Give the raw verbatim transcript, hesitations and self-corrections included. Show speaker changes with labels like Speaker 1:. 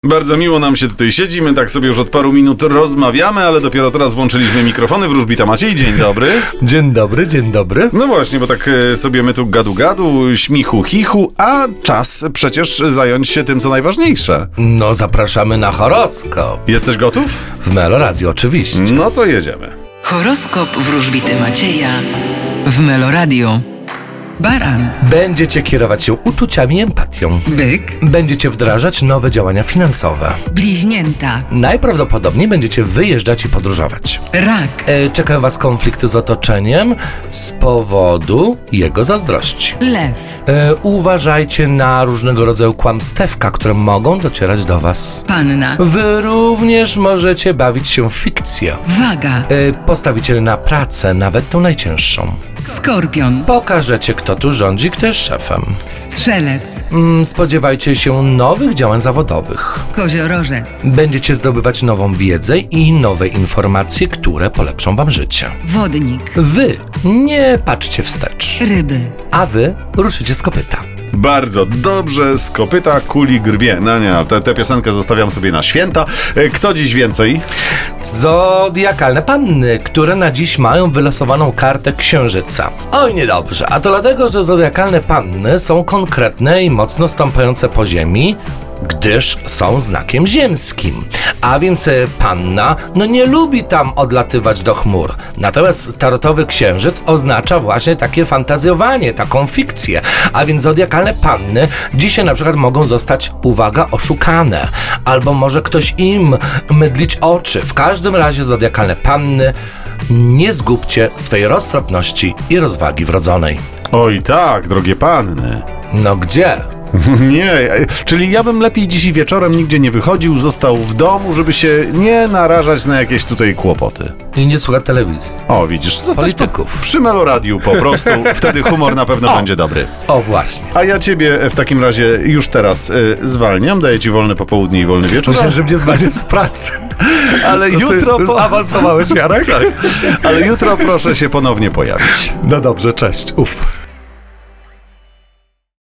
Speaker 1: Bardzo miło nam się tutaj siedzi, my tak sobie już od paru minut rozmawiamy, ale dopiero teraz włączyliśmy mikrofony. Wróżbita Maciej, dzień dobry.
Speaker 2: Dzień dobry, dzień dobry.
Speaker 1: No właśnie, bo tak sobie my tu gadu-gadu, śmichu, chichu, a czas przecież zająć się tym, co najważniejsze.
Speaker 2: No zapraszamy na horoskop.
Speaker 1: Jesteś gotów?
Speaker 2: W Melo Radio oczywiście.
Speaker 1: No to jedziemy.
Speaker 3: Horoskop wróżbity Macieja w Melo Radio. Baran,
Speaker 2: Będziecie kierować się uczuciami i empatią.
Speaker 3: byk,
Speaker 2: Będziecie wdrażać nowe działania finansowe.
Speaker 3: bliźnięta,
Speaker 2: Najprawdopodobniej będziecie wyjeżdżać i podróżować.
Speaker 3: rak,
Speaker 2: E, czekają was konflikty z otoczeniem z powodu jego zazdrości.
Speaker 3: lew,
Speaker 2: E, uważajcie na różnego rodzaju kłamstewka, które mogą docierać do was.
Speaker 3: panna,
Speaker 2: Wy również możecie bawić się w fikcję.
Speaker 3: waga,
Speaker 2: E, postawicie na pracę, nawet tą najcięższą.
Speaker 3: skorpion,
Speaker 2: Pokażecie, kto tu rządzi, kto jest szefem.
Speaker 3: strzelec,
Speaker 2: Mm, spodziewajcie się nowych działań zawodowych.
Speaker 3: koziorożec,
Speaker 2: Będziecie zdobywać nową wiedzę i nowe informacje, które polepszą wam życie.
Speaker 3: wodnik,
Speaker 2: Wy nie patrzcie wstecz,
Speaker 3: ryby,
Speaker 2: a wy ruszycie z kopyta.
Speaker 1: Bardzo dobrze, z kopyta kuli grwie. No nie, tę te piosenkę zostawiam sobie na święta. Kto dziś więcej?
Speaker 2: Zodiakalne panny, które na dziś mają wylosowaną kartę księżyca. Oj, niedobrze, a to dlatego, że zodiakalne panny są konkretne i mocno stąpające po ziemi, gdyż są znakiem ziemskim. A więc e, panna, no nie lubi tam odlatywać do chmur. Natomiast tarotowy księżyc oznacza właśnie takie fantazjowanie, taką fikcję. A więc zodiakalne panny dzisiaj na przykład mogą zostać, uwaga, oszukane. Albo może ktoś im mydlić oczy. W każdym razie zodiakalne panny, nie zgubcie swej roztropności i rozwagi wrodzonej.
Speaker 1: Oj tak, drogie panny.
Speaker 2: No gdzie?
Speaker 1: Nie, czyli ja bym lepiej dziś wieczorem nigdzie nie wychodził, został w domu, żeby się nie narażać na jakieś tutaj kłopoty.
Speaker 2: I nie słuchać telewizji.
Speaker 1: O, widzisz, zostać
Speaker 2: Polityków.
Speaker 1: po, przy Melo Radiu po prostu, wtedy humor na pewno
Speaker 2: O.
Speaker 1: będzie dobry.
Speaker 2: O, właśnie.
Speaker 1: A ja ciebie w takim razie już teraz y, zwalniam, daję ci wolne popołudnie i wolny wieczór.
Speaker 2: Myślałem, że mnie zwalniasz z pracy.
Speaker 1: Ale
Speaker 2: To ty
Speaker 1: jutro... Po...
Speaker 2: Zaawansowałeś, Jarek?
Speaker 1: Tak, ale jutro proszę się ponownie pojawić.
Speaker 2: No dobrze, cześć. Uf.